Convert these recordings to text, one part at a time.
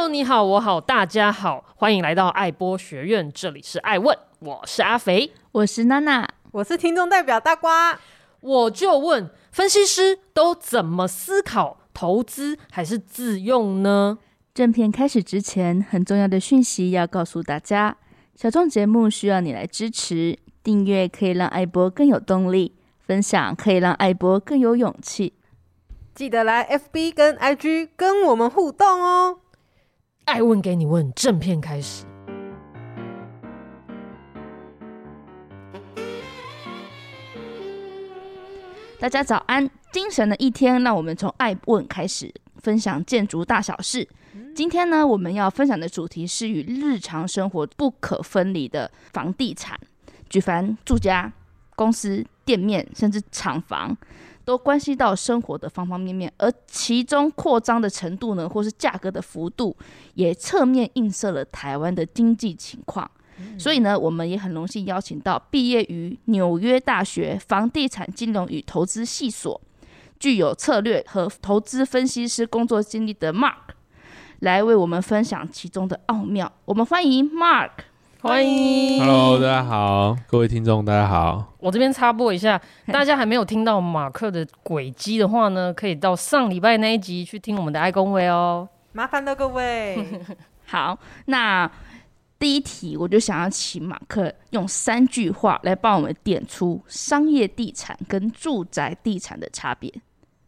Hello， 你好，我好，大家好，欢迎来到爱播学院，这里是爱问，我是阿肥， 我是娜娜， 我是听众代表大瓜。 我就问，分析师都怎么思考投资还是自用呢？ 正片开始之前，很重要的讯息要告诉大家，小众节目需要你来支持，订阅可以让爱播更有动力，分享可以让爱播更有勇气。 记得来 FB 跟 IG 跟我们互动哦。 爱问给你问，正片开始。 大家早安，精神的一天，让我们从爱问开始，分享建筑大小事。今天呢，我们要分享的主题是与日常生活不可分离的房地产，举凡住家、公司、店面，甚至厂房，都关系到生活的方方面面，而其中扩张的程度呢，或是价格的幅度，也侧面映射了台湾的经济情况。所以呢，我们也很荣幸邀请到毕业于纽约大学房地产金融与投资系所，具有策略和投资分析师工作经历的 Mark 来为我们分享其中的奥妙。我们欢迎 Mark。 欢迎 Hello， 大家好，各位听众大家好。 我这边插播一下，大家还没有听到马克的轨迹的话呢，可以到上礼拜那一集去听我们的爱公会哦。 麻烦了各位。 好，那第一题我就想要请马克用3句话来帮我们点出商业地产跟住宅地产的差别。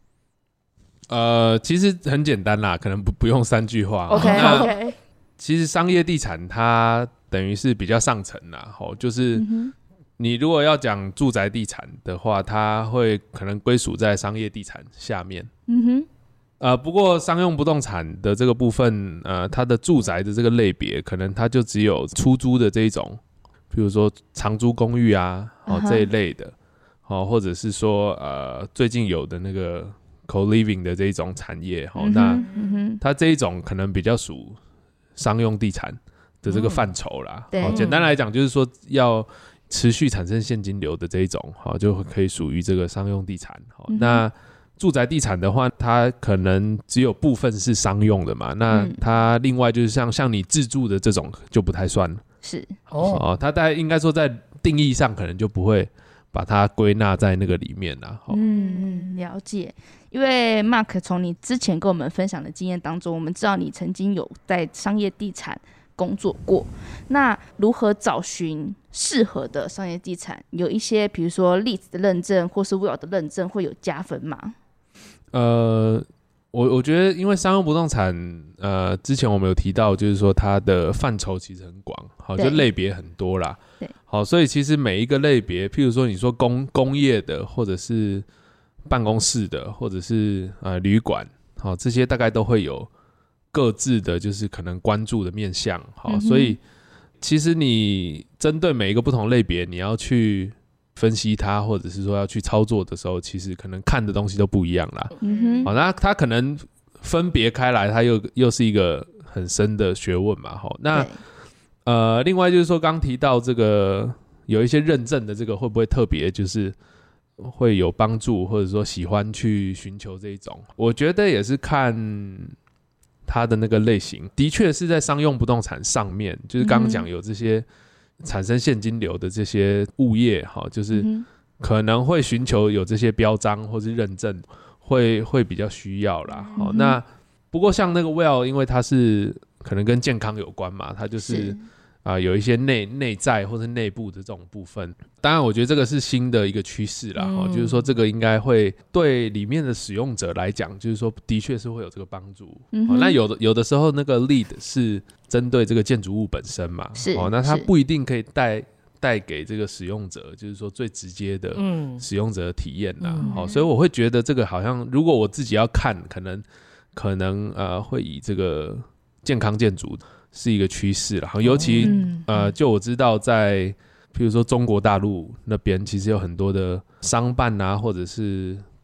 其实很简单啦，可能不用3句话。 OK， 其实商业地产它等于是比较上层啦，就是你如果要讲住宅地产的话，它会可能归属在商业地产下面。不过商用不动产的这个部分，它的住宅的这个类别，可能它就只有出租的这一种，比如说长租公寓啊，这一类的，或者是说最近有的那个 co-living 的这一种产业，那它这一种可能比较属商用地产的这个范畴啦。简单来讲，就是说要持续产生现金流的这一种，就可以属于这个商用地产。那住宅地产的话，它可能只有部分是商用的嘛，那它另外就是像你自住的这种就不太算了。 是它大概应该说在定义上可能就不会把它归纳在那个里面啦。 了解。因为 Mark 从你之前跟我们分享的经验当中，我们知道你曾经有在商业地产工作过。那如何找寻适合的商业地产？有一些比如说 LEED 的认证或是 WELL 的认证会有加分吗？ 我觉得因为商用不动产之前我们有提到，就是说它的范畴其实很广，就类别很多啦。 对， 好，所以其实每一个类别，譬如说你说工业的，或者是办公室的，或者是旅馆，这些大概都会有各自的就是可能关注的面向。所以其实你针对每一个不同类别，你要去分析它，或者是说要去操作的时候，其实可能看的东西都不一样啦。那它可能分别开来，它又是一个很深的学问嘛。那另外就是说刚提到这个有一些认证的这个会不会特别就是会有帮助，或者说喜欢去寻求这一种，我觉得也是看它的那个类型，的确是在商用不动产上面，就是刚刚讲有这些产生现金流的这些物业，就是可能会寻求有这些标章或是认证，会比较需要啦。那不过像那个 WELL， 因为它是可能跟健康有关嘛，它就是有一些内在或是内部的这种部分。当然我觉得这个是新的一个趋势啦，就是说这个应该会对里面的使用者来讲，就是说的确是会有这个帮助。那有的时候那个 LEED 是针对这个建筑物本身嘛，那它不一定可以带给这个使用者，就是说最直接的使用者的体验啦。所以我会觉得这个好像如果我自己要看，可能会以这个健康建筑是一个趋势啦，尤其就我知道在譬如说中国大陆那边，其实有很多的商办啊，或者是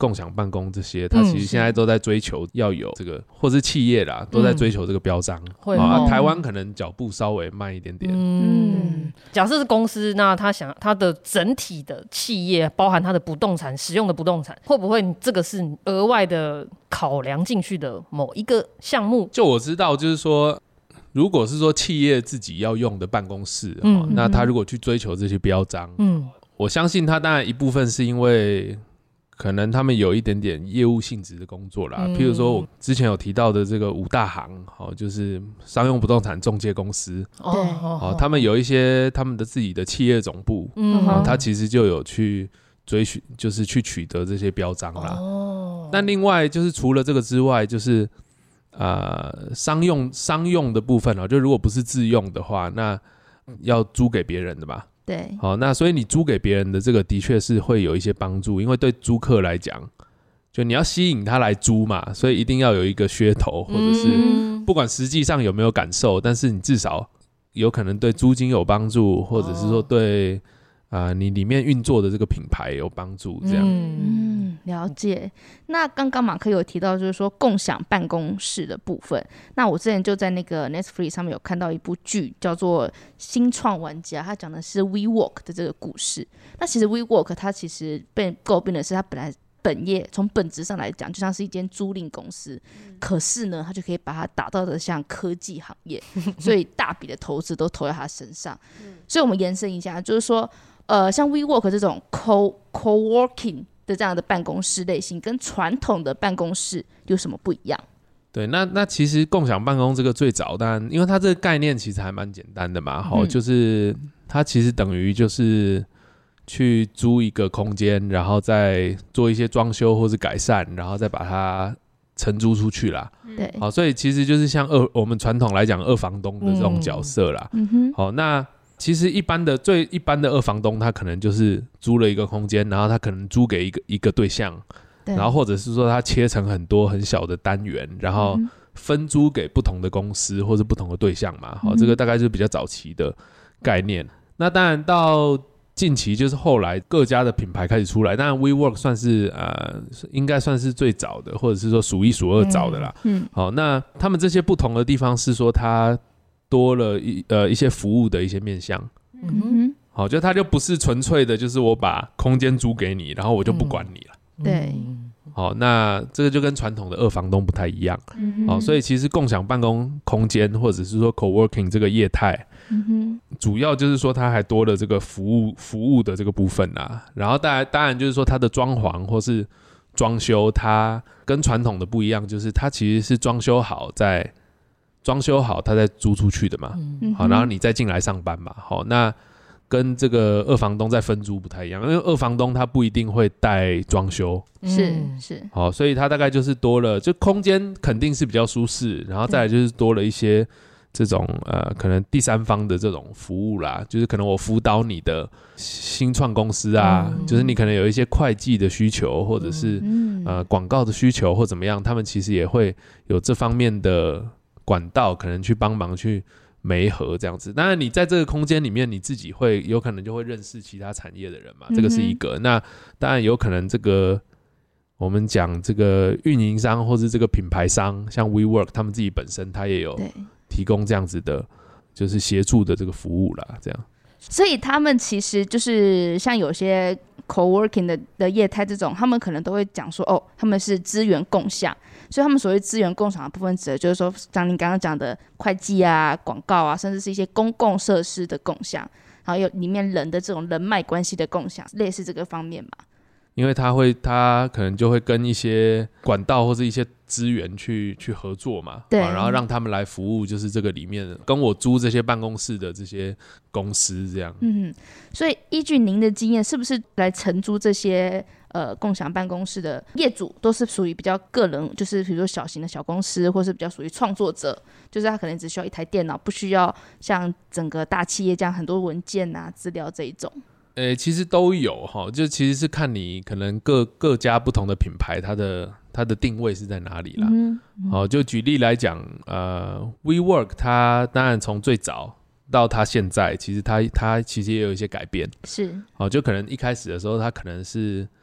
共享办公这些，它其实现在都在追求要有这个，或是企业啦，都在追求这个标章。台湾可能脚步稍微慢一点点。 假设是公司，那他的整体的企业，包含他的不动产使用的不动产，会不会这个是额外的考量进去的某一个项目？ 就我知道，就是说，如果是说企业自己要用的办公室，那他如果去追求这些标章，我相信他当然一部分是因为可能他们有一点点业务性质的工作啦，譬如说我之前有提到的这个五大行，就是商用不动产中介公司，他们有一些他们的自己的企业总部，他其实就有去追寻，就是去取得这些标章啦。那另外就是除了这个之外，就是商用的部分，就如果不是自用的话，那要租给别人的吧。 对， 好，那所以你租给别人的这个的确是会有一些帮助，因为对租客来讲，就你要吸引他来租嘛，所以一定要有一个噱头，或者是不管实际上有没有感受，但是你至少有可能对租金有帮助，或者是说对你里面运作的这个品牌有帮助，这样。 了解。那刚刚马克有提到就是说共享办公室的部分，那我之前就在那个 Netflix 上面有看到一部剧叫做《新创玩家》，它讲的是 WeWork 的这个故事。那其实 WeWork 它其实被诟病的是它本业从本质上来讲就像是一间租赁公司，可是呢它就可以把它打造的像科技行业，所以大笔的投资都投在它身上。所以我们延伸一下，就是说像 WeWork 这种 co-working 的这样的办公室类型跟传统的办公室有什么不一样？ 对，那其实共享办公这个最早，当然因为它这个概念其实还蛮简单的嘛，就是它其实等于就是去租一个空间，然后再做一些装修或是改善，然后再把它承租出去啦。 对， 好，所以其实就是像我们传统来讲二房东的这种角色啦。好，那其实最一般的二房东，他可能就是租了一个空间，然后他可能租给一个对象，然后或者是说他切成很多很小的单元，然后分租给不同的公司或者不同的对象嘛。好，这个大概就是比较早期的概念。那当然到近期就是后来各家的品牌开始出来，当然 WeWork 算是应该算是最早的，或者是说数一数二早的啦。好，那他们这些不同的地方是说它多了一些服务的一些面向。好，就它就不是纯粹的就是我把空间租给你，然后我就不管你了。 对。 好，那这个就跟传统的二房东不太一样。好，所以其实共享办公空间或者是说 coworking 这个业态，主要就是说它还多了这个服务的这个部分啦。然后当然就是说它的装潢或是装修，它跟传统的不一样，就是它其实是装修好它再租出去的嘛。好，然后你再进来上班嘛。好，那跟这个二房东在分租不太一样，因为二房东他不一定会带装修， 是， 好，所以他大概就是多了，就空间肯定是比较舒适，然后再来就是多了一些这种可能第三方的这种服务啦，就是可能我辅导你的新创公司啊，就是你可能有一些会计的需求，或者是广告的需求或怎么样，他们其实也会有这方面的管道，可能去帮忙去媒合这样子。当然你在这个空间里面，你自己会有可能就会认识其他产业的人嘛，这个是一个。那当然有可能这个我们讲这个运营商或是这个品牌商，像 WeWork 他们自己本身他也有提供这样子的就是协助的这个服务啦，这样。 所以他们其实就是像有些 coworking 的业态这种，他们可能都会讲说他们是资源共享。所以他们所谓资源共享的部分指的就是说像你刚刚讲的会计啊、广告啊，甚至是一些公共设施的共享，然后有里面人的这种人脉关系的共享，类似这个方面嘛。 因为他可能就会跟一些管道或是一些资源去合作嘛，对，然后让他们来服务，就是这个里面跟我租这些办公室的这些公司这样。 所以依据您的经验，是不是来承租这些共享办公室的业主都是属于比较个人，就是比如说小型的小公司，或是比较属于创作者，就是他可能只需要一台电脑，不需要像整个大企业这样很多文件啊、资料这一种。 其实都有哈，就其实是看你可能各家不同的品牌，它的定位是在哪里啦。好，就举例来讲，WeWork 它当然从最早到它现在，其实它其实也有一些改变。 是， 好，就可能一开始的时候，它可能是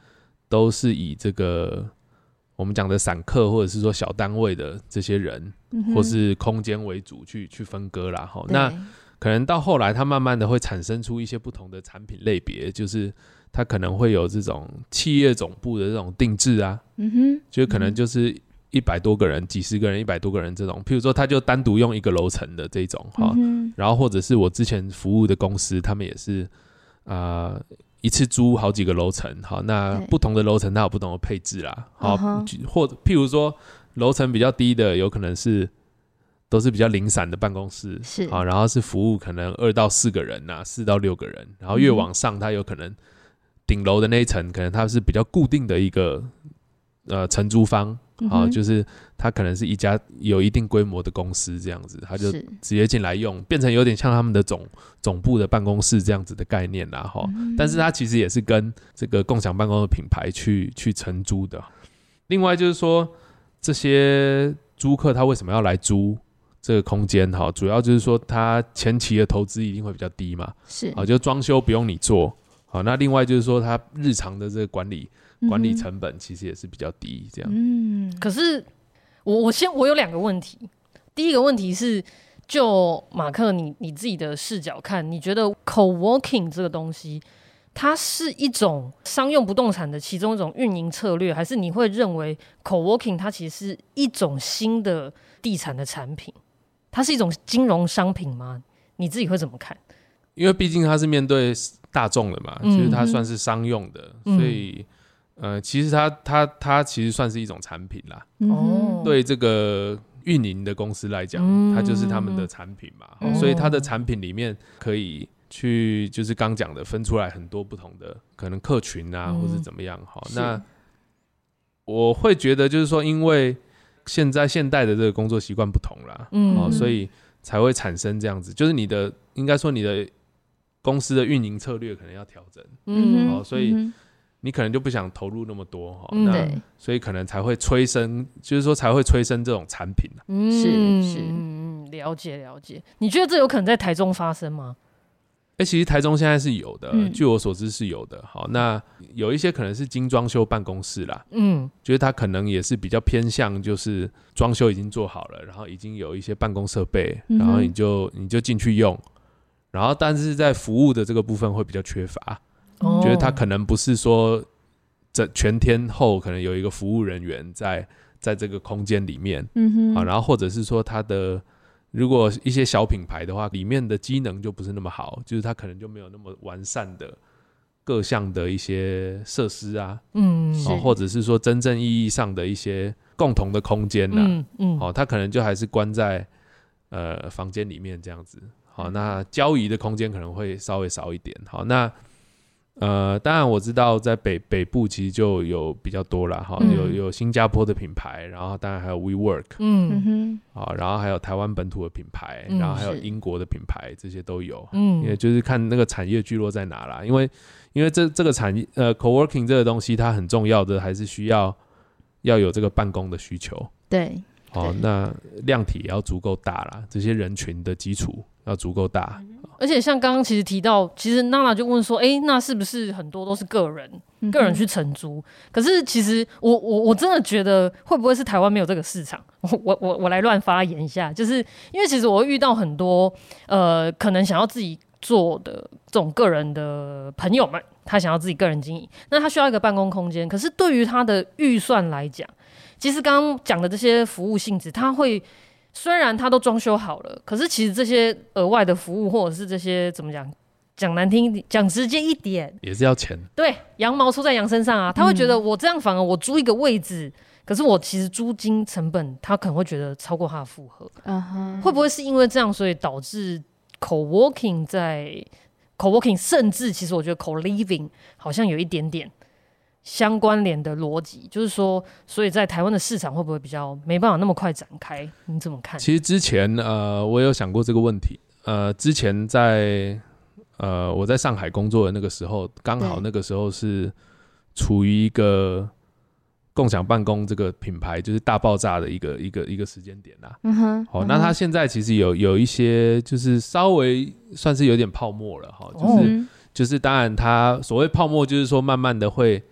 都是以这个我们讲的散客或者是说小单位的这些人，或是空间为主去分割啦。那可能到后来它慢慢的会产生出一些不同的产品类别，就是它可能会有这种企业总部的这种定制啊，就可能就是100多个人、几十个人、100多个人这种，譬如说他就单独用一个楼层的这种然后或者是我之前服务的公司，他们也是一次租好几个楼层，那不同的楼层它有不同的配置啦，或者譬如说楼层比较低的，有可能都是比较零散的办公室，然后是服务可能2到4个人4到6个人，然后越往上它有可能顶楼的那一层，可能它是比较固定的一个承租方，就是它可能是一家有一定规模的公司这样子，它就直接进来用，变成有点像他们的总部的办公室这样子的概念啦，但是它其实也是跟这个共享办公的品牌去承租的。另外就是说，这些租客他为什么要来租这个空间？主要就是说他前期的投资一定会比较低嘛，就装修不用你做，那另外就是说他日常的这个管理成本其实也是比较低，这样。 可是我有2个问题。第一个问题是，就马克你自己的视角看，你觉得 coworking 这个东西，它是一种商用不动产的其中一种运营策略，还是你会认为 coworking 它其实是一种新的地产的产品？它是一种金融商品吗？你自己会怎么看？ 因为毕竟它是面对大众的嘛，就是它算是商用的，所以其实它其实算是一种产品啦。对这个运营的公司来讲，它就是他们的产品嘛，所以它的产品里面可以去就是刚讲的分出来很多不同的可能客群啊，或是怎么样。那我会觉得就是说，因为现代的这个工作习惯不同啦，所以才会产生这样子，就是应该说你的公司的运营策略可能要调整，所以你可能就不想投入那么多，那所以可能才会催生，就是说才会催生这种产品。 了解。你觉得这有可能在台中发生吗？ 其实台中现在是有的，据我所知是有的。好，那有一些可能是精装修办公室啦，就是它可能也是比较偏向，就是装修已经做好了，然后已经有一些办公设备，然后你就进去用，然后但是在服务的这个部分会比较缺乏，觉得它可能不是说全天候可能有一个服务人员在这个空间里面，然后或者是说它的。如果一些小品牌的话，里面的机能就不是那么好，就是它可能就没有那么完善的各项的一些设施啊，或者是说真正意义上的一些共同的空间啊，它可能就还是关在房间里面这样子。好，那交易的空间可能会稍微少一点。好，那当然我知道在北部其实就有比较多啦，有新加坡的品牌，然后当然还有 WeWork，然后还有台湾本土的品牌，然后还有英国的品牌，这些都有，也就是看那个产业聚落在哪啦，因为这个产业coworking 这个东西它很重要的还是需要有这个办公的需求， 对， 那量体也要足够大啦，这些人群的基础要足够大。 而且像刚刚其实提到，其实娜娜就问说，那是不是很多都是个人去承租？可是其实我真的觉得，会不会是台湾没有这个市场？我来乱发言一下，就是因为其实我会遇到很多可能想要自己做的这种个人的朋友们，他想要自己个人经营，那他需要一个办公空间，可是对于他的预算来讲，其实刚刚讲的这些服务性质，他会。虽然它都装修好了，可是其实这些额外的服务或者是这些怎么讲难听一点，讲直接一点， 也是要钱。对， 羊毛出在羊身上啊。他会觉得我这样反而我租一个位置，可是我其实租金成本他可能会觉得超过他的负荷。会不会是因为这样，所以导致 coworking 甚至其实我觉得 co-living 好像有一点点相关联的逻辑，就是说，所以在台湾的市场会不会比较没办法那么快展开？你怎么看？ 其实之前我有想过这个问题。之前在我在上海工作的那个时候，刚好那个时候是处于一个共享办公这个品牌就是大爆炸的一个时间点啦。那它现在其实有一些就是稍微算是有点泡沫了哈，就是当然它所谓泡沫就是说慢慢的会。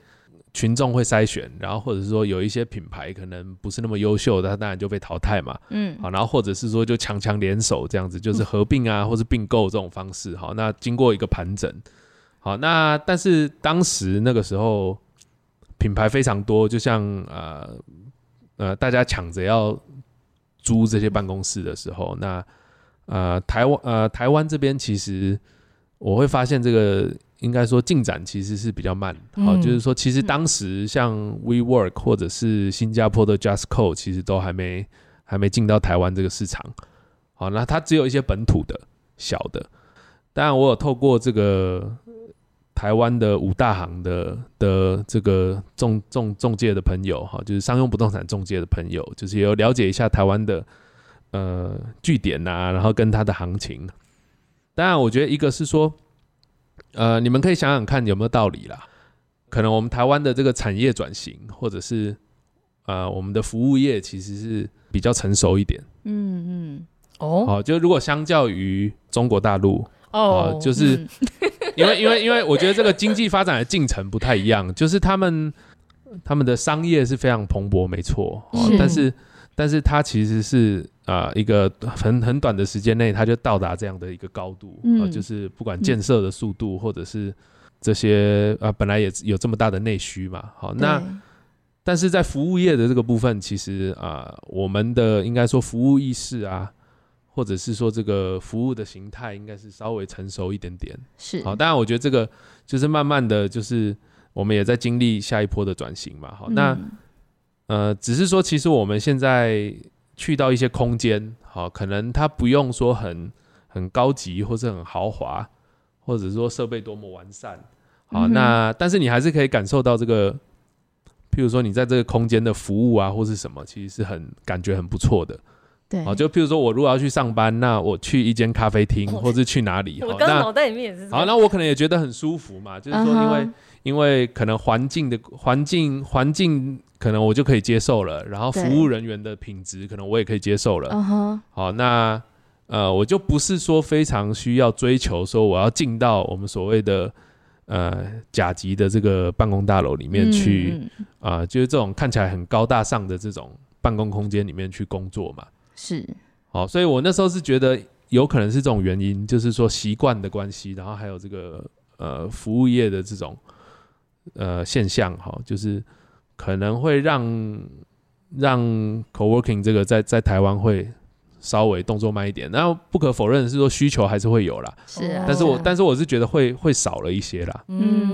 群众会筛选，然后或者是说有一些品牌可能不是那么优秀的，它当然就被淘汰嘛。好，然后或者是说就强联手这样子，就是合并啊，或是并购这种方式。好，那经过一个盘整，好，那但是当时那个时候品牌非常多，就像大家抢着要租这些办公室的时候，那台湾这边其实我会发现这个应该说进展其实是比较慢。好，就是说其实当时像 WeWork 或者是新加坡的 JustCo 其实都还没进到台湾这个市场。好，那它只有一些本土的小的。当然我有透过这个台湾的5大行的这个中介的朋友，就是商用不动产中介的朋友，就是也有了解一下台湾的据点啊，然后跟它的行情。当然我觉得一个是说你们可以想想看有没有道理啦。可能我们台湾的这个产业转型，或者是我们的服务业其实是比较成熟一点。就如果相较于中国大陆，就是因为我觉得这个经济发展的进程不太一样，就是他们的商业是非常蓬勃，没错，但是它其实是一个很短的时间内，它就到达这样的一个高度，就是不管建设的速度，或者是这些本来也有这么大的内需嘛。好，那但是在服务业的这个部分，其实我们的应该说服务意识啊，或者是说这个服务的形态，应该是稍微成熟一点点。 是， 好，当然我觉得这个就是慢慢的就是我们也在经历下一波的转型嘛。好，那只是说其实我们现在去到一些空间，好，可能它不用说很高级或是很豪华，或者说设备多么完善。好，那但是你还是可以感受到这个，譬如说你在这个空间的服务啊或是什么，其实是感觉很不错的。 对， 好，就譬如说我如果要去上班，那我去一间咖啡厅，或是去哪里， 我刚刚脑袋里面也是这样。 好，那我可能也觉得很舒服嘛，就是说因为可能环境可能我就可以接受了，然后服务人员的品质可能我也可以接受了。好，那我就不是说非常需要追求说我要进到我们所谓的甲级的这个办公大楼里面去，就是这种看起来很高大上的这种办公空间里面去工作嘛。 是， 好，所以我那时候是觉得有可能是这种原因，就是说习惯的关系，然后还有这个服务业的这种现象，就是可能会让 coworking 这个在台湾会稍微动作慢一点。那不可否认的是说需求还是会有啦， 是啊， 但是我是觉得会少了一些啦。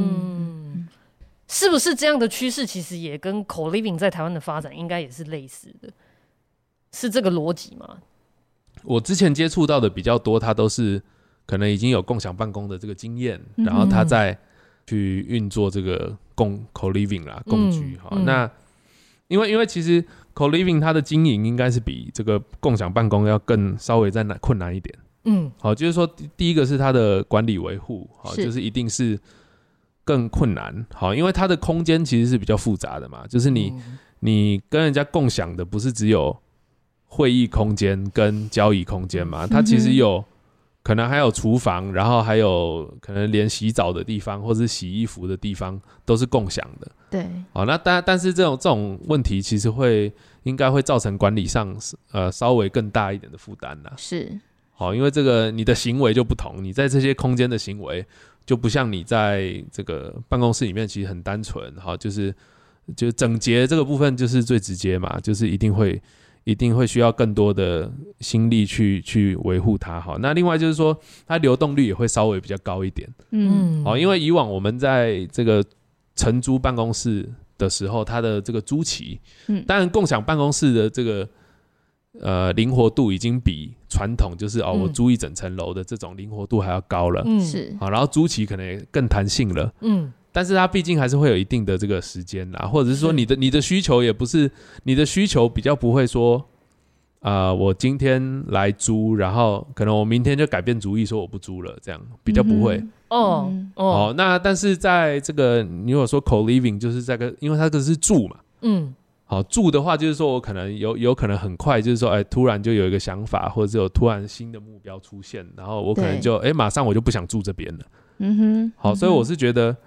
是不是这样的趋势其实也跟 co-living 在台湾的发展应该也是类似的？是这个逻辑吗？ 我之前接触到的比较多，他都是可能已经有共享办公的这个经验，然后他再去运作这个co-living 啦，共居。那因为其实 co-living 它的经营应该是比这个共享办公要更稍微再困难一点。好，就是说第一个是它的管理维护，好，就是一定是更困难。好，因为它的空间其实是比较复杂的嘛，就是你跟人家共享的不是只有会议空间跟交易空间嘛，它其实可能还有厨房，然后还有可能连洗澡的地方或是洗衣服的地方都是共享的。 对， 好，那但是这种问题其实应该会造成管理上稍微更大一点的负担啦。是，好，因为这个你的行为就不同，你在这些空间的行为就不像你在这个办公室里面其实很单纯。好，就是整洁这个部分就是最直接嘛，就是一定会需要更多的心力去维护它。好，那另外就是说它流动率也会稍微比较高一点。好，因为以往我们在这个承租办公室的时候，它的这个租期，当然共享办公室的这个灵活度已经比传统就是我租一整层楼的这种灵活度还要高了。是，好，然后租期可能也更弹性了。但是它毕竟还是会有一定的这个时间啦，或者是说你的需求也不是，你的需求比较不会说我今天来租，然后可能我明天就改变主意说我不租了，这样比较不会。那但是在这个你如果说 co-living 就是因为它这个是住嘛。好，住的话就是说我可能有可能很快就是说突然就有一个想法，或者是有突然新的目标出现，然后我可能就马上我就不想住这边了。好，所以我是觉得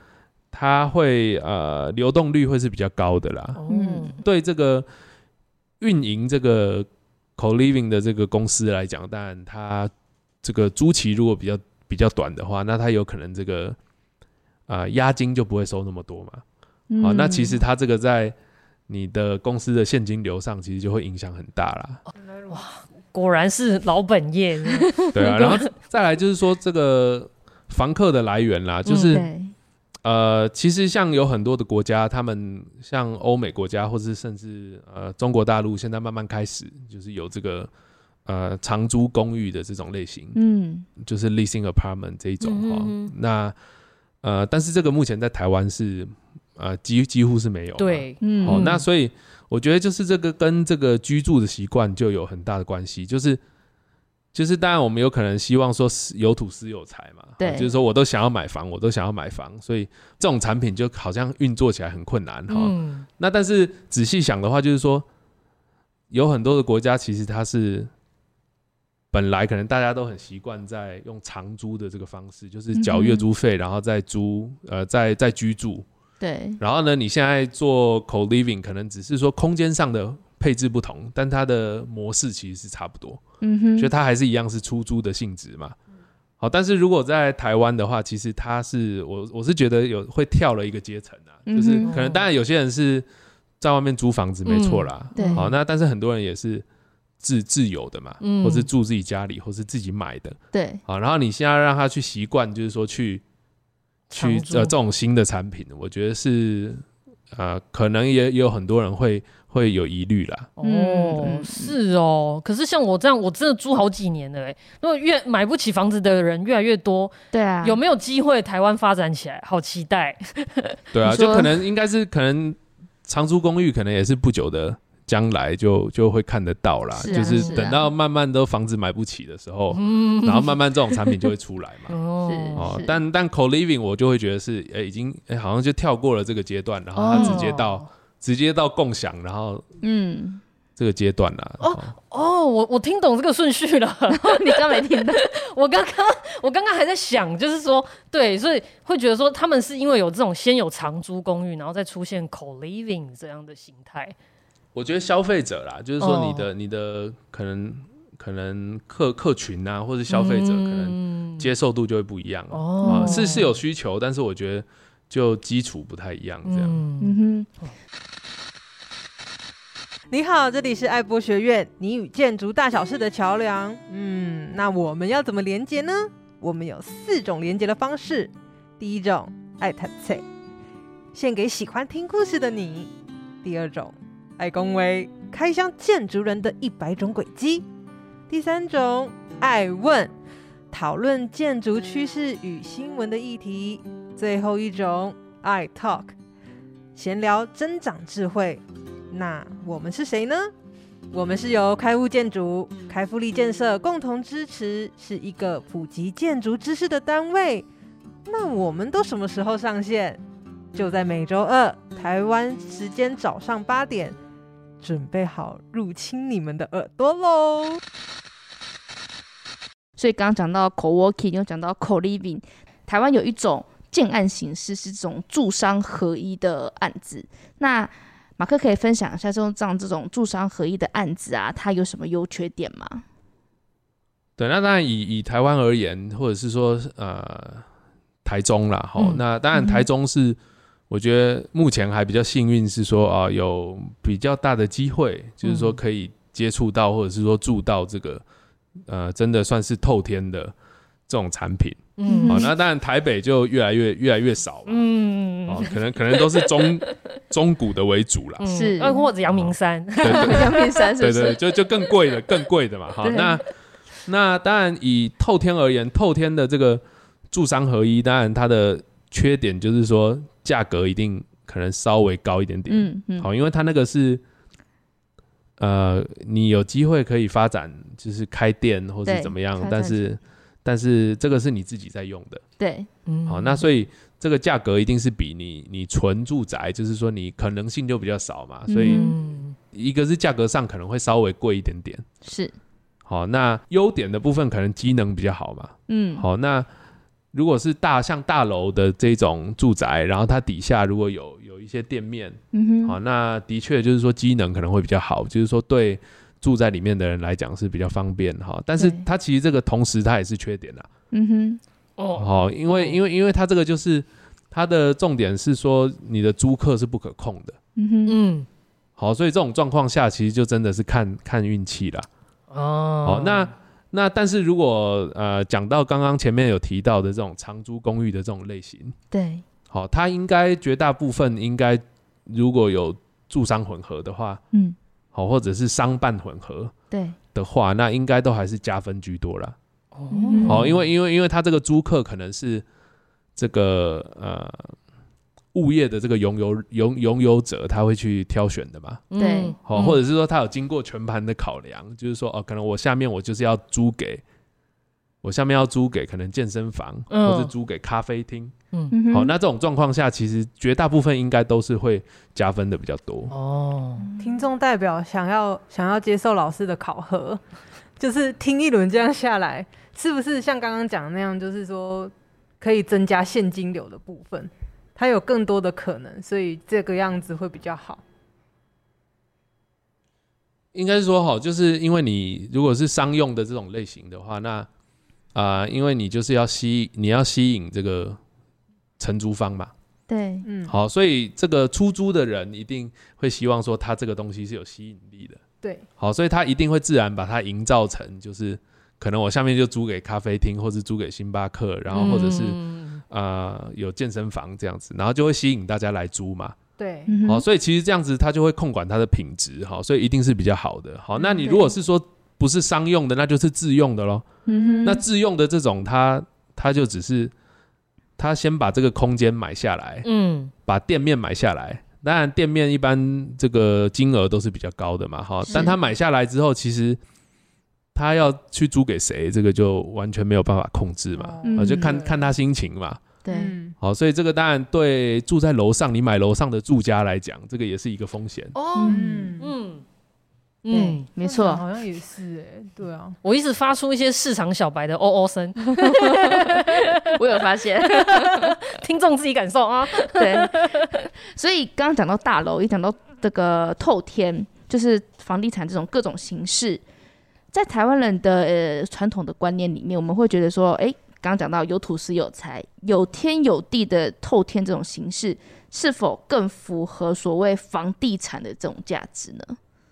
它会流动率会是比较高的啦。对这个运营这个 co-living 的这个公司来讲，当然它这个租期如果比较短的话，那它有可能这个押金就不会收那么多嘛。好，那其实它这个在你的公司的现金流上，其实就会影响很大啦。 哇，果然是老本业。 对啊，然后再来就是说这个房客的来源啦，就是其实像有很多的国家，他们像欧美国家，或是甚至中国大陆，现在慢慢开始就是有这个长租公寓的这种类型，就是 leasing apartment 这一种那但是这个目前在台湾是几乎是没有嘛。 对， 那所以我觉得就是这个跟这个居住的习惯就有很大的关系，就是当然我们有可能希望说有土斯有财嘛，对，就是说我都想要买房，所以这种产品就好像运作起来很困难那但是仔细想的话，就是说有很多的国家其实它是本来可能大家都很习惯在用长租的这个方式，就是缴月租费，然后再租再居住。对，然后呢，你现在做 co-living 可能只是说空间上的配置不同，但它的模式其实是差不多，所以它还是一样是出租的性质嘛。好，但是如果在台湾的话，其实它是我是觉得会跳了一个阶层就是可能当然有些人是在外面租房子没错啦，好，那但是很多人也是自有的嘛，或是住自己家里，或是自己买的，对，好，然后你现在让他去习惯，就是说去这种新的产品，我觉得是可能也有很多人会有疑虑啦。 是哦。可是像我这样，我真的租好几年了如果越买不起房子的人越来越多，对啊，有没有机会台湾发展起来？好期待。 对啊，就可能长租公寓可能也是不久的将来就会看得到啦，就是等到慢慢都房子买不起的时候，然后慢慢这种产品就会出来嘛。但 co-living 我就会觉得是已经好像就跳过了这个阶段，然后它直接到共享，然后这个阶段啦。 我听懂这个顺序了。 你刚没听到？ 我刚刚还在想，就是说对，所以会觉得说他们是因为有这种先有长租公寓，然后再出现 co-living 这样的形态。 我觉得消费者啦，就是说你的可能客群啊，或者消费者可能接受度就会不一样是有需求，但是我觉得就基础不太一样这样。 你好，这里是爱博学院，你与建筑大小事的桥梁。那我们要怎么连结呢？我们有4种连结的方式。第一种，爱谈菜，献给喜欢听故事的你。第二种，爱恭维，开箱建筑人的100种轨迹。第三种，爱问，讨论建筑趋势与新闻的议题。最后一种，爱 talk， 闲聊增长智慧。那我们是谁呢？我们是由开物建筑、开复力建设共同支持，是一个普及建筑知识的单位。那我们都什么时候上线？就在每周2台湾时间早上8点，准备好入侵你们的耳朵咯。 所以刚刚讲到 co-working， 又讲到 co-living， 台湾有一种建案形式是这种住商合一的案子。那马克可以分享一下这种住商合一的案子它有什么优缺点吗？ 对，那当然以台湾而言，或者是说台中啦，那当然台中是我觉得目前还比较幸运，是说有比较大的机会，就是说可以接触到或者是说住到这个真的算是透天的这种产品。那当然台北就越来越少嘛，可能都是中古的为主啦， 是或者阳明山， 阳明山是不是？ 对，就更贵的嘛。好，那当然以透天而言，透天的这个住商合一，当然它的缺点就是说价格一定可能稍微高一点点。好，因为它那个是你有机会可以发展，就是开店或是怎么样，但是这个是你自己在用的，对，好，那所以这个价格一定是比你纯住宅，就是说你可能性就比较少嘛，所以一个是价格上可能会稍微贵一点点，是，好，那优点的部分可能机能比较好嘛，好，那如果是像大楼的这种住宅，然后它底下如果有一些店面，好，那的确就是说机能可能会比较好，就是说对住在里面的人来讲是比较方便哈。但是它其实这个同时它也是缺点啦。因为它这个就是它的重点是说你的租客是不可控的。好，所以这种状况下其实就真的是看运气啦。好，那但是如果讲到刚刚前面有提到的这种长租公寓的这种类型， 对， 好，它应该绝大部分应该如果有住商混合的话，好，或者是商办混合的话，那应该都还是加分居多啦。好，因为它这个租客可能是这个物业的这个拥有者，他会去挑选的嘛。 对， 好，或者是说他有经过全盘的考量，就是说可能我下面就是要租给可能健身房，或是租给咖啡厅。好，那这种状况下，其实绝大部分应该都是会加分的比较多。 听众代表想要接受老师的考核，就是听一轮这样下来，是不是像刚刚讲的那样，就是说可以增加现金流的部分？它有更多的可能，所以这个样子会比较好。 应该是说就是因为你如果是商用的这种类型的话，那因为你就是要吸引这个承租方嘛。 对， 好，所以这个出租的人一定会希望说他这个东西是有吸引力的。 对， 好，所以他一定会自然把它营造成就是可能我下面就租给咖啡厅，或是租给星巴克，然后或者是有健身房这样子，然后就会吸引大家来租嘛。 对， 好，所以其实这样子他就会控管它的品质，好，所以一定是比较好的。好，那你如果是说不是商用的，那就是自用的咯。那自用的这种他就只是他先把这个空间买下来，把店面买下来。当然店面一般这个金额都是比较高的嘛，但他买下来之后，其实他要去租给谁，这个就完全没有办法控制嘛，就看他心情嘛。 对， 好，所以这个当然对住在楼上，你买楼上的住家来讲，这个也是一个风险。 对，没错， 好像也是对啊， 我一直发出一些市场小白的哦哦声， 我有发现， 听众自己感受啊。 对，所以刚刚讲到大楼，也讲到这个透天，就是房地产这种各种形式，在台湾人的传统的观念里面，我们会觉得说，刚刚讲到有土斯有财，有天有地的透天这种形式，是否更符合所谓房地产的这种价值呢？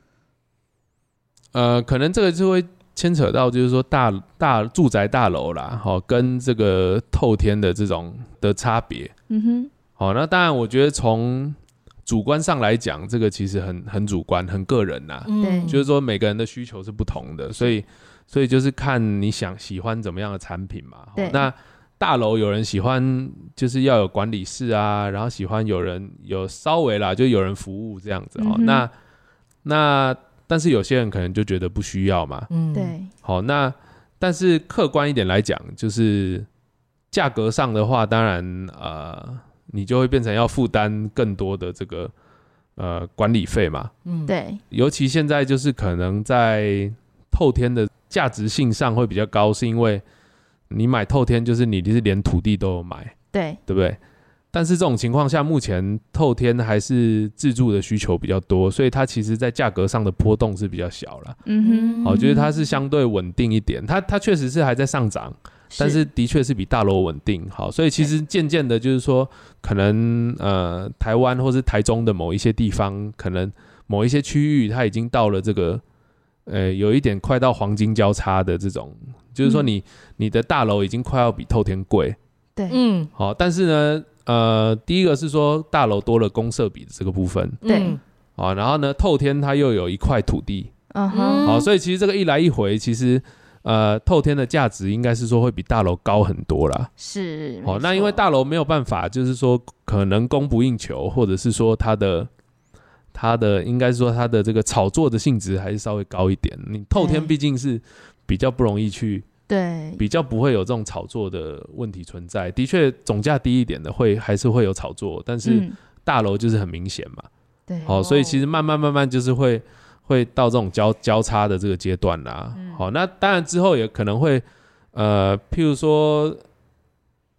可能这个就会牵扯到，就是说大住宅大楼啦，跟这个透天的这种的差别。好，那当然，我觉得从主观上来讲，这个其实很主观、很个人呐。 对， 就是说每个人的需求是不同的，所以就是看你喜欢怎么样的产品嘛。那大楼有人喜欢就是要有管理室啊，然后喜欢有人有稍微啦，就有人服务这样子。那但是有些人可能就觉得不需要嘛。 对。 好，那但是客观一点来讲，就是价格上的话，当然你就会变成要负担更多的这个管理费嘛。 对。 尤其现在就是可能在透天的价值性上会比较高，是因为你买透天就是你是连土地都有买，对不对？但是这种情况下，目前透天还是自住的需求比较多，所以它其实在价格上的波动是比较小啦。好，就是它是相对稳定一点，它确实是还在上涨，但是的确是比大楼稳定。好，所以其实渐渐的就是说，可能台湾或是台中的某一些地方，可能某一些区域它已经到了这个有一点快到黄金交叉的这种，就是说你的大楼已经快要比透天贵。 对， 好，但是呢。第一个是说大楼多了公设比的这个部分， 对， 然后呢，透天它又有一块土地，好，所以其实这个一来一回，其实透天的价值应该是说会比大楼高很多啦。 是， 好，那因为大楼没有办法，就是说可能供不应求，或者是说它的应该是说它的这个炒作的性质还是稍微高一点。你透天毕竟是比较不容易去。 对， 比较不会有这种炒作的问题存在。的确，总价低一点的还是会有炒作，但是大楼就是很明显嘛。 对， 好，所以其实慢慢就是会到这种交叉的这个阶段啦。好，那当然之后也可能会譬如说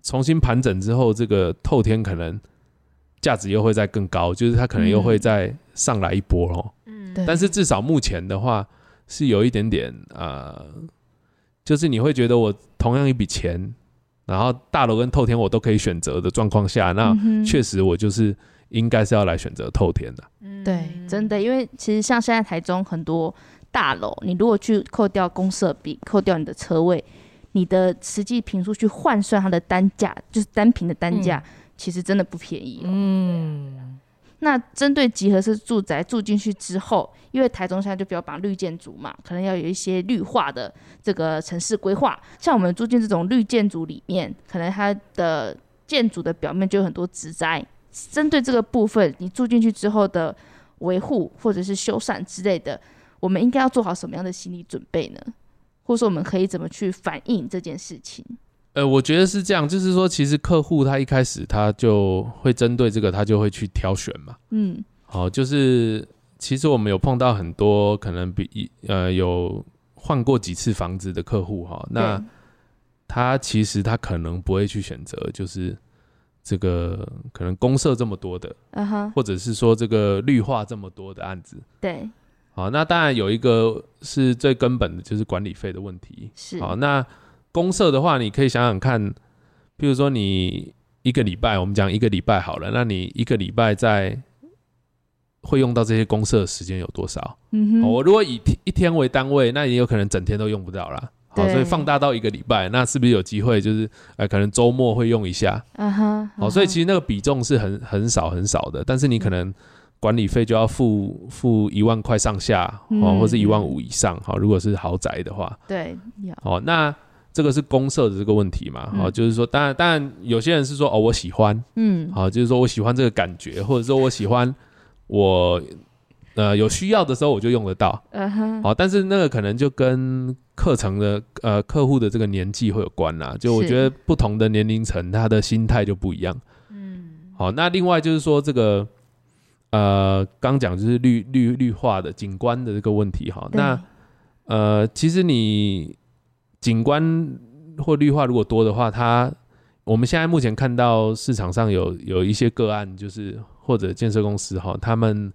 重新盘整之后，这个透天可能价值又会再更高，就是它可能又会再上来一波咯。 对但是至少目前的话是有一点点就是你会觉得我同样一笔钱，然后大楼跟透天我都可以选择的状况下，那确实我就是应该是要来选择透天的。 对，真的，因为其实像现在台中很多大楼，你如果去扣掉公设比，扣掉你的车位，你的实际坪数去换算它的单价，就是单坪的单价，其实真的不便宜。那针对集合式住宅住进去之后，因为台中现在就标榜绿建筑嘛，可能要有一些绿化的这个城市规划。像我们住进这种绿建筑里面，可能它的建筑的表面就有很多植栽。针对这个部分，你住进去之后的维护或者是修缮之类的，我们应该要做好什么样的心理准备呢？或者说我们可以怎么去反映这件事情？ 我觉得是这样，就是说，其实客户他一开始他就会针对这个，他就会去挑选嘛。好，就是其实我们有碰到很多可能有换过几次房子的客户哈，那他其实他可能不会去选择，就是这个可能公设这么多的，或者是说这个绿化这么多的案子。 对。 好，那当然有一个是最根本的，就是管理费的问题。 是。 好，那公设的话，你可以想想看，譬如说你一个礼拜，我们讲一个礼拜好了，那你一个礼拜会用到这些公设的时间有多少？我如果以一天为单位，那也有可能整天都用不到啦。好，所以放大到一个礼拜，那是不是有机会就是可能周末会用一下？好，所以其实那个比重是很少很少的，但是你可能管理费就要付1万块上下，或是1万5以上。好，如果是豪宅的话， 对， 好，那这个是公设的这个问题嘛？好，就是说，当然有些人是说我喜欢，好，就是说我喜欢这个感觉，或者说我喜欢我有需要的时候我就用得到。好，但是那个可能就跟课程的客户的这个年纪会有关啦。就我觉得不同的年龄层，他的心态就不一样。好，那另外就是说这个刚讲就是绿化的景观的这个问题哈。那其实你景观或绿化如果多的话，我们现在目前看到市场上有一些个案，就是或者建设公司哈，他们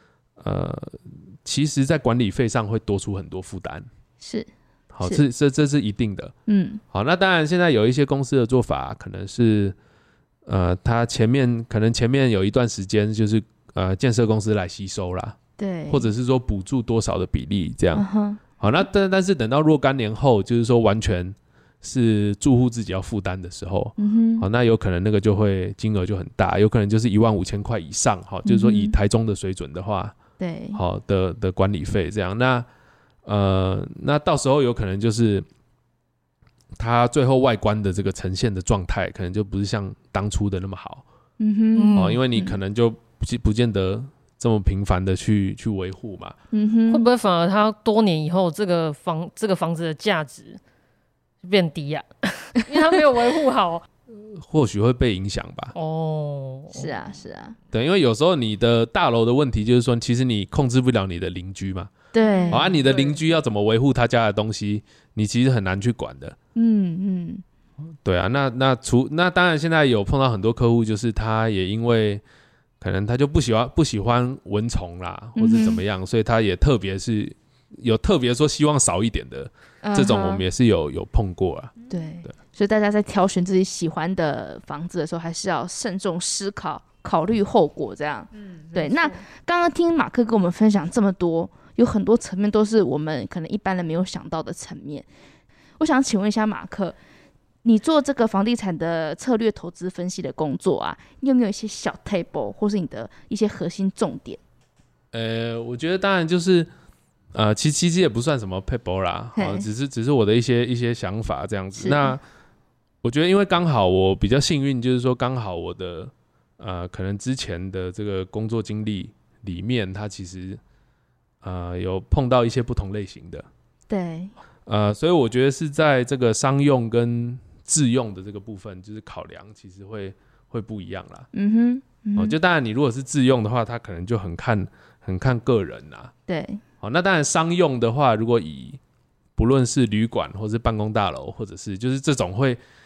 其实在管理费上会多出很多负担。是。好，这是一定的。好，那当然现在有一些公司的做法可能是他可能前面有一段时间就是建设公司来吸收啦，对，或者是说补助多少的比例这样。好，那但是等到若干年后，就是说完全是住户自己要负担的时候，好，那有可能那个就会金额就很大，有可能就是15000块以上。好，就是说以台中的水准的话，对，好的管理费这样。那到时候有可能就是它最后外观的这个呈现的状态，可能就不是像当初的那么好。因为你可能就不见得这么频繁的去维护嘛。 会不会反而它多年以后这个房子的价值就变低啊？因为它没有维护好。 或许会被影响吧。 是啊。 对，因为有时候你的大楼的问题就是说，其实你控制不了你的邻居嘛。对。你的邻居要怎么维护他家的东西，你其实很难去管的。对啊，那当然现在有碰到很多客户，就是他也因为可能他就不喜欢蚊虫啦，或者怎么样，所以他也特别说希望少一点的，这种我们也是有碰过啊。对， 所以大家在挑选自己喜欢的房子的时候，还是要慎重思考，考虑后果这样。对。那刚刚听马克跟我们分享这么多，有很多层面都是我们可能一般人没有想到的层面。我想请问一下马克，你做这个房地产的策略投资分析的工作啊，你有没有一些小 table 或是你的一些核心重点？ 我觉得当然就是其实也不算什么 table 啦，只是我的一些想法这样子。那我觉得因为刚好我比较幸运，就是说刚好我的可能之前的这个工作经历里面，它其实有碰到一些不同类型的。对。所以我觉得是在这个商用跟自用的这个部分，就是考量其实会不一样啦。就当然你如果是自用的话，它可能就很看个人啦。对。好，那当然商用的话，如果不论是旅馆或是办公大楼，或者是就是这种会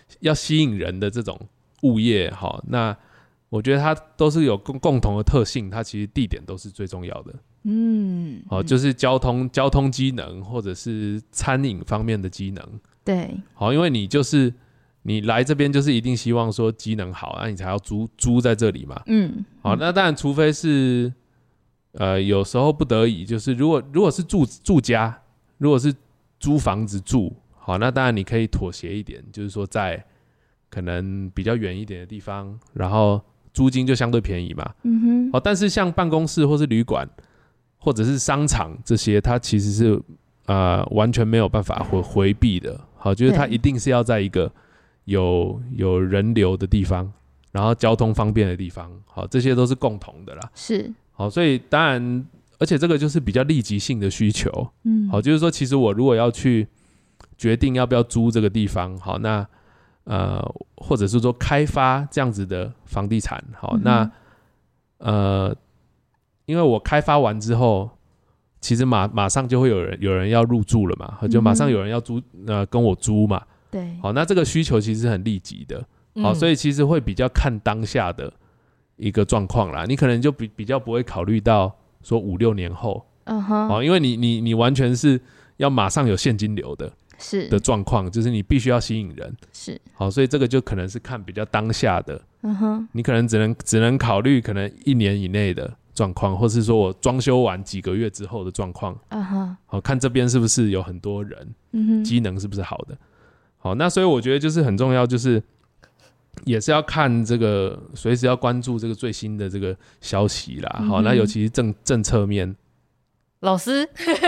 要吸引人的这种物业，好，那我觉得它都是有共同的特性，它其实地点都是最重要的。好，就是交通机能或者是餐饮方面的机能。 对， 好，因为你来这边就是一定希望说机能好，那你才要租在这里嘛。好，那当然除非是有时候不得已，就是如果是住家，如果是租房子住，好，那当然你可以妥协一点，就是说在可能比较远一点的地方，然后租金就相对便宜嘛。好，但是像办公室或是旅馆或者是商场这些，它其实是完全没有办法回避的。好，就是它一定是要在一个有人流的地方，然后交通方便的地方。好，这些都是共同的啦。 是。 好，所以当然，而且这个就是比较立即性的需求。好，就是说，其实我如果要去决定要不要租这个地方，好，那或者是说开发这样子的房地产，好，那因为我开发完之后，其实马上就会有人要入住了嘛，就马上有人要租跟我租嘛。 对。 好，那这个需求其实很立即的。好，所以其实会比较看当下的一个状况啦，你可能就比较不会考虑到说5-6年后，好，因为你完全是要马上有现金流的状况，就是你必须要吸引人， 是。 好，所以这个就可能是看比较当下的，你可能只能考虑可能1年以内的状况，或是说我装修完几个月之后的状况，好，看这边是不是有很多人，机能是不是好的。好，那所以我觉得就是很重要，就是也是要看这个，随时要关注这个最新的这个消息啦。好，那尤其是政策面。 老师，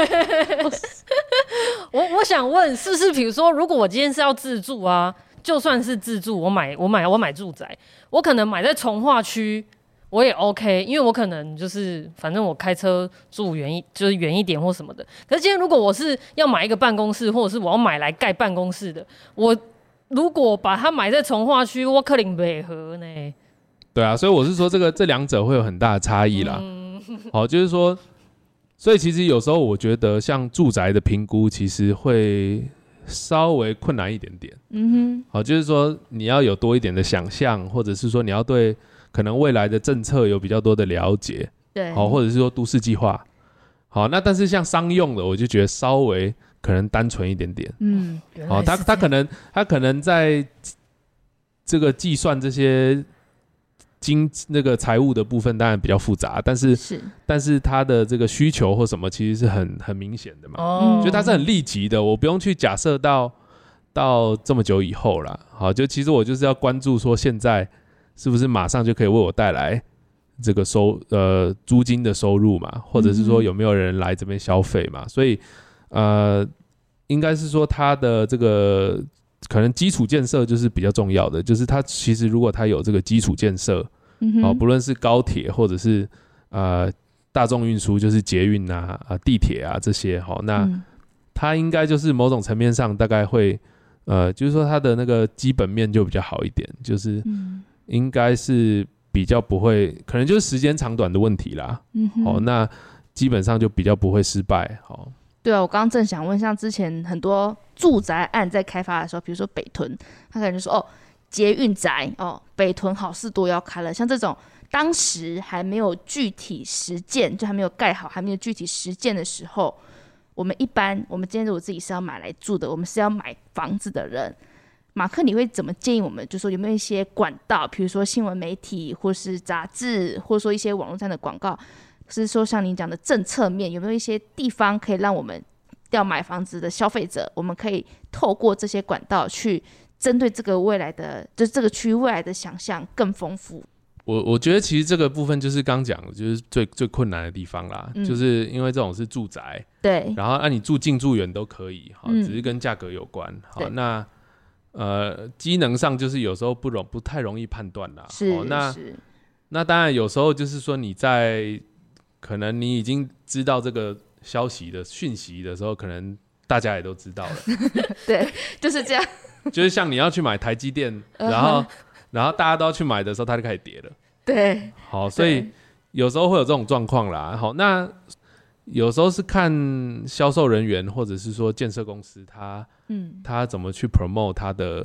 我想问，是不是比如说，如果我今天是要自住啊，就算是自住，我买住宅，我可能买在从化区，我也 OK， 因为我可能就是反正我开车住就是远一点或什么的。可是今天如果我是要买一个办公室，或者是我要买来盖办公室的，我如果把它买在从化区，我可能不合呢。 对啊，所以我是说这两者会有很大的差异啦。好，就是说，所以其实有时候我觉得像住宅的评估，其实会稍微困难一点点。好，就是说你要有多一点的想象，或者是说你要对可能未来的政策有比较多的了解。 对。 好，或者是说都市计划。好，那但是像商用的，我就觉得稍微可能单纯一点点。好，他可能在这个计算这些那个财务的部分当然比较复杂，但是他的这个需求或什么其实是很明显的嘛。就它是很立即的，我不用去假设到这么久以后啦。好，就其实我就是要关注说现在是不是马上就可以为我带来这个租金的收入嘛，或者是说有没有人来这边消费嘛。所以应该是说它的这个可能基础建设就是比较重要的，就是它其实如果它有这个基础建设，不论是高铁或者是大众运输，就是捷运啊、地铁啊这些，那它应该就是某种层面上大概会就是说它的那个基本面就比较好一点，就是应该是比较不会，可能就是时间长短的问题啦。那基本上就比较不会失败。 对啊，我刚刚正想问，像之前很多住宅案在开发的时候，比如说北屯，他可能就说捷运宅北屯好事多要开了，像这种当时还没有具体实践，就还没有盖好，还没有具体实践的时候，我们今天如果自己是要买来住的，我们是要买房子的人，马克你会怎么建议我们？就说有没有一些管道，比如说新闻媒体或是杂志，或者说一些网络上的广告，是说像你讲的政策面，有没有一些地方可以让我们要买房子的消费者，我们可以透过这些管道去针对这个未来的，就是这个区域未来的想象更丰富？ 我觉得其实这个部分就是刚讲的，就是最困难的地方啦，就是因为这种是住宅，对，然后你住近住远都可以，只是跟价格有关。好，那机能上就是有时候不太容易判断啦。那当然有时候就是说可能你已经知道这个消息的讯息的时候，可能大家也都知道了。 对，就是这样。 就是像你要去买台积电，然后大家都要去买的时候，它就开始跌了。 对， 好，所以有时候会有这种状况啦。好，那有时候是看销售人员或者是说建设公司他怎么去 promote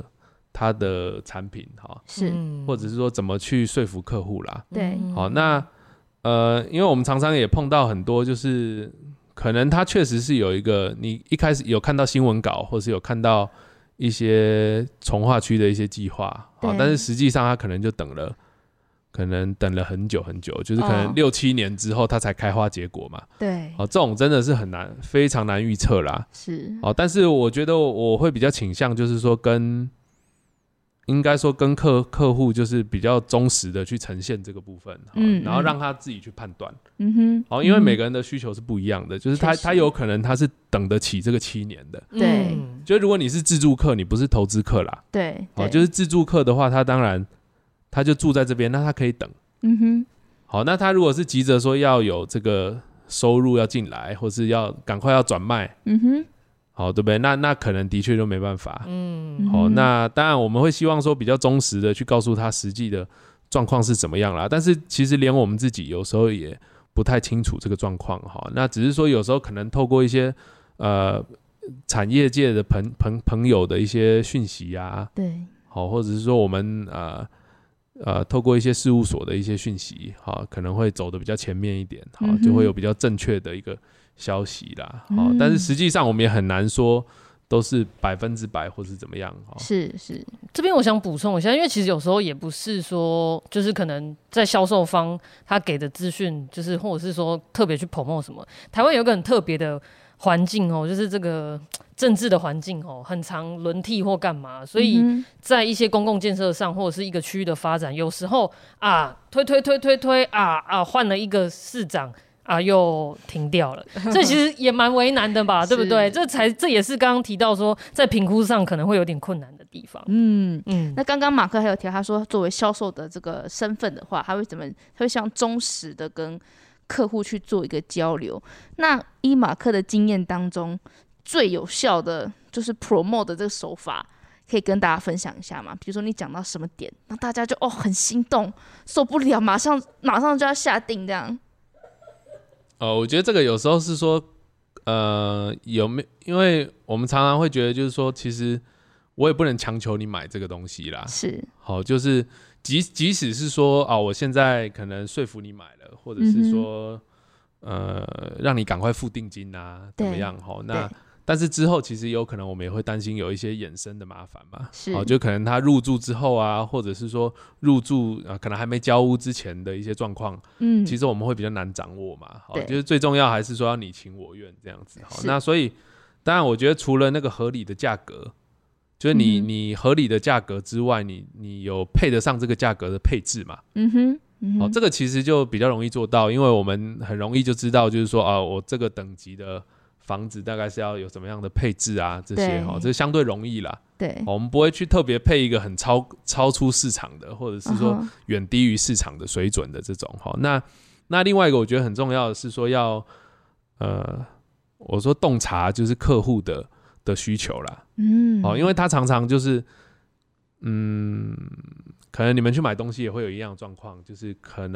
他的产品哈， 是， 或者是说怎么去说服客户啦。 对， 好，那因为我们常常也碰到很多，就是可能他确实是有一个，你一开始有看到新闻稿，或是有看到一些重划区的一些计划，好，但是实际上他可能就等了很久很久，就是可能6-7年之后他才开花结果嘛。 对， 好，这种真的是非常难预测啦。 是， 好，但是我觉得我会比较倾向，就是说应该说跟客户就是比较忠实的去呈现这个部分，然后让他自己去判断。好，因为每个人的需求是不一样的，就是他有可能他是等得起这个7年的。 对， 就如果你是自住客，你不是投资客啦。 对， 好，就是自住客的话，他当然他就住在这边，那他可以等。好，那他如果是急着说要有这个收入要进来，或是要赶快要转卖，好，对不对？那可能的确就没办法。好，那当然我们会希望说比较忠实的去告诉他实际的状况是怎么样啦。但是其实连我们自己有时候也不太清楚这个状况哈。那只是说有时候可能透过一些产业界的朋友的一些讯息啊， 对， 好，或者是说我们透过一些事务所的一些讯息，好，可能会走得比较前面一点，好，就会有比较正确的一个消息啦。好，但是实际上我们也很难说都是100%或是怎么样。 是， 这边我想补充一下，因为其实有时候也不是说，就是可能在销售方他给的资讯，就是或者是说特别去 promote 什么。台湾有一个很特别的环境哦，就是这个政治的环境哦，很常轮替或干嘛，所以在一些公共建设上或者是一个区域的发展，有时候推换了一个市长。又停掉了，这其实也蛮为难的吧，对不对？这也是刚刚提到说，在评估上可能会有点困难的地方。 那刚刚马克还有提到，他说作为销售的这个身份的话，他会像忠实的跟客户去做一个交流。那依马克的经验当中，最有效的就是 promote 的这个手法，可以跟大家分享一下吗？比如说你讲到什么点，那大家就很心动，受不了，马上就要下定这样。 我觉得这个有时候是说，有没有？因为我们常常会觉得，就是说，其实我也不能强求你买这个东西啦。 是， 好，就是即使是说我现在可能说服你买了，或者是说，让你赶快付定金啊，怎么样？好，那但是之后其实有可能我们也会担心有一些衍生的麻烦嘛。好，就可能他入住之后啊，或者是说入住可能还没交屋之前的一些状况，其实我们会比较难掌握嘛。好，就是最重要还是说要你情我愿这样子。好，那所以当然我觉得除了那个合理的价格，就是你合理的价格之外，你有配得上这个价格的配置嘛。好，这个其实就比较容易做到，因为我们很容易就知道，就是说我这个等级的房子大概是要有什么样的配置啊，这些这相对容易啦。 对， 我们不会去特别配一个很超出市场的，或者是说远低于市场的水准的这种。那另外一个我觉得很重要的是说要我说洞察就是客户的需求啦。因为他常常就是可能你们去买东西也会有一样的状况，就是可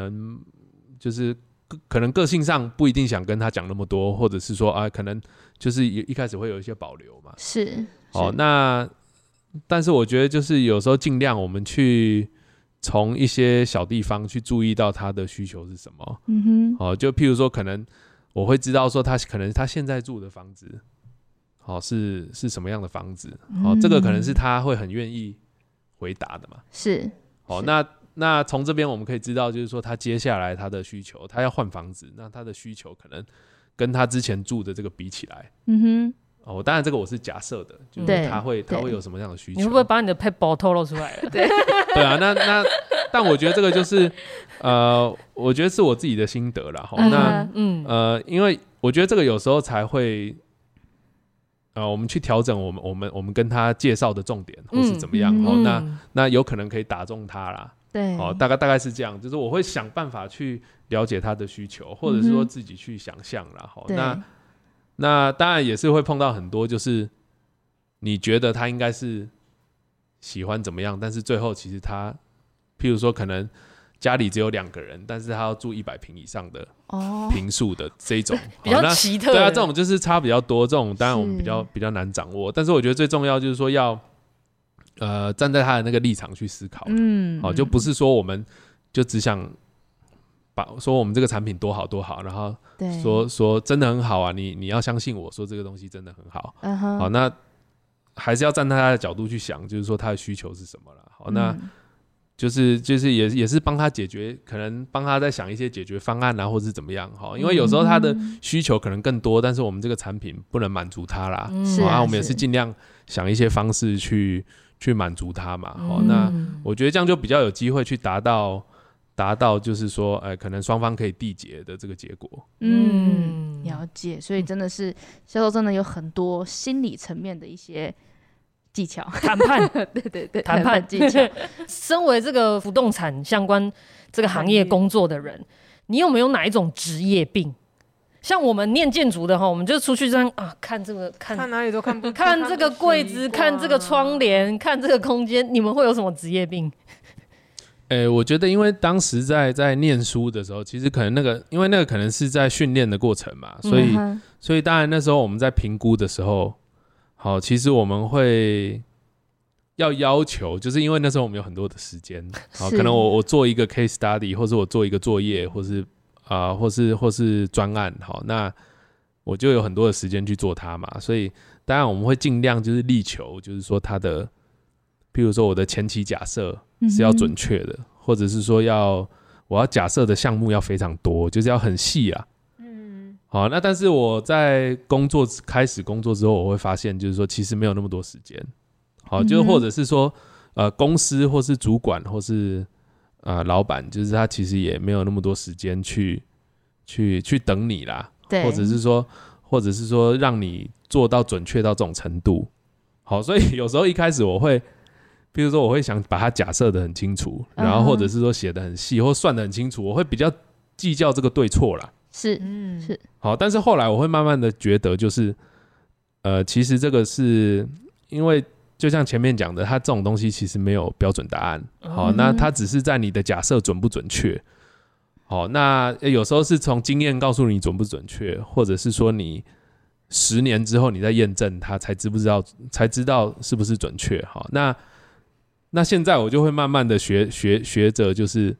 能个性上不一定想跟他讲那么多，或者是说可能就是一开始会有一些保留嘛。 是。 但是我觉得就是有时候尽量我们去从一些小地方去注意到他的需求是什么。就譬如说可能我会知道说可能他现在住的房子是什么样的房子。这个可能是他会很愿意回答的嘛。 是。 那从这边我们可以知道，就是说他接下来他的需求，他要换房子，那他的需求可能跟他之前住的这个比起来，当然这个我是假设的，就是他会有什么样的需求？ 你会不会把你的 pebble 透露出来了？ 对啊，那但我觉得这个就是我觉得是我自己的心得啦。因为我觉得这个有时候才会我们去调整我们跟他介绍的重点或是怎么样。那有可能可以打中他啦。 对， 大概是这样，就是我会想办法去了解他的需求，或者是说自己去想象啦。那当然也是会碰到很多，就是你觉得他应该是喜欢怎么样，但是最后其实他，譬如说可能家里只有2个人，但是他要住100坪以上的坪数的这一种， 比较奇特。 对啊，这种就是差比较多，这种当然我们比较难掌握。但是我觉得最重要就是说要站在他的那个立场去思考，好，就不是说我们就只想说我们这个产品多好多好，然后说真的很好啊，你要相信我说这个东西真的很好，好，那还是要站在他的角度去想，就是说他的需求是什么啦，好，那就是也是帮他解决，可能帮他在想一些解决方案啊，或者是怎么样哈，因为有时候他的需求可能更多，但是我们这个产品不能满足他啦，我们也是尽量想一些方式去满足他嘛，那我觉得这样就比较有机会去达到就是说，可能双方可以缔结的这个结果。 了解。所以真的是销售真的有很多心理层面的一些技巧， 谈判， 对， 谈判技巧。 身为这个不动产相关这个行业工作的人，你有没有哪一种职业病？像我们念建筑的我们就出去这样啊，看这个看哪里都看不看这个柜子，看这个窗帘，看这个空间，你们会有什么职业病？ 我觉得因为当时在念书的时候，其实可能因为那个可能是在训练的过程嘛，所以当然那时候我们在评估的时候，好，其实我们会要求，就是因为那时候我们有很多的时间，好，可能我做一个 case study， 或是我做一个作业，或是专案，好，那我就有很多的时间去做它嘛，所以当然我们会尽量就是力求，就是说它的，譬如说我的前期假设是要准确的，或者是说我要假设的项目要非常多，就是要很细啊。好，那但是我在开始工作之后，我会发现就是说其实没有那么多时间。好，就或者是说公司或是主管或是老板，就是他其实也没有那么多时间去等你啦，或者是说让你做到准确到这种程度。好，所以有时候一开始比如说我会想把它假设的很清楚，然后或者是说写的很细或算的很清楚，我会比较计较这个对错啦。 是。 好，但是后来我会慢慢的觉得就是其实这个是因为就像前面讲的，它这种东西其实没有标准答案。好，那它只是在你的假设准不准确。好，那有时候是从经验告诉你准不准确，或者是说你10年之后你再验证它才知道是不是准确。好，那现在我就会慢慢的学着就是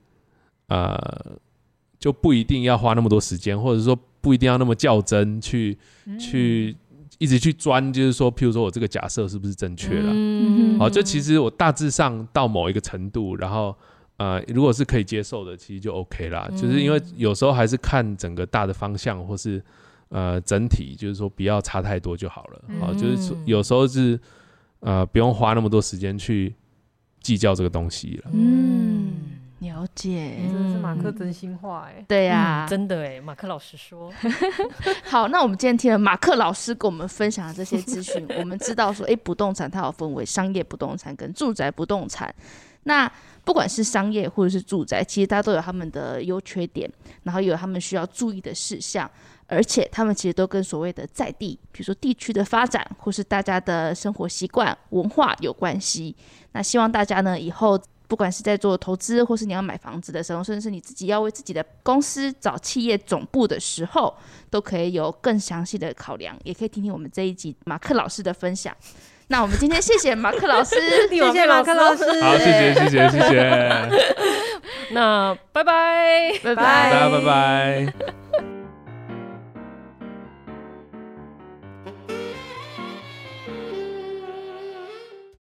就不一定要花那么多时间，或者说不一定要那么较真去一直去钻，就是说譬如说我这个假设是不是正确了。好，就其实我大致上到某一个程度，然后如果是可以接受的，其实就 OK 啦。就是因为有时候还是看整个大的方向，或是整体，就是说不要差太多就好了。好，就是有时候是不用花那么多时间去计较这个东西了。 了解， 真的是马克真心话哎。 对呀， 真的哎，马克老师说。 好，那我们今天听了马克老师跟我们分享的这些资讯，我们知道说，不动产它有分为商业不动产跟住宅不动产。那不管是商业或者是住宅，其实它都有他们的优缺点，然后也有他们需要注意的事项，而且他们其实都跟所谓的在地，比如说地区的发展或是大家的生活习惯文化有关系。那希望大家呢以后不管是在做投资，或是你要买房子的时候，甚至是你自己要为自己的公司找企业总部的时候，都可以有更详细的考量，也可以听听我们这一集马克老师的分享。那我们今天谢谢马克老师， 谢谢马克老师， 好，谢谢。 那拜拜， 拜拜， 大家拜拜。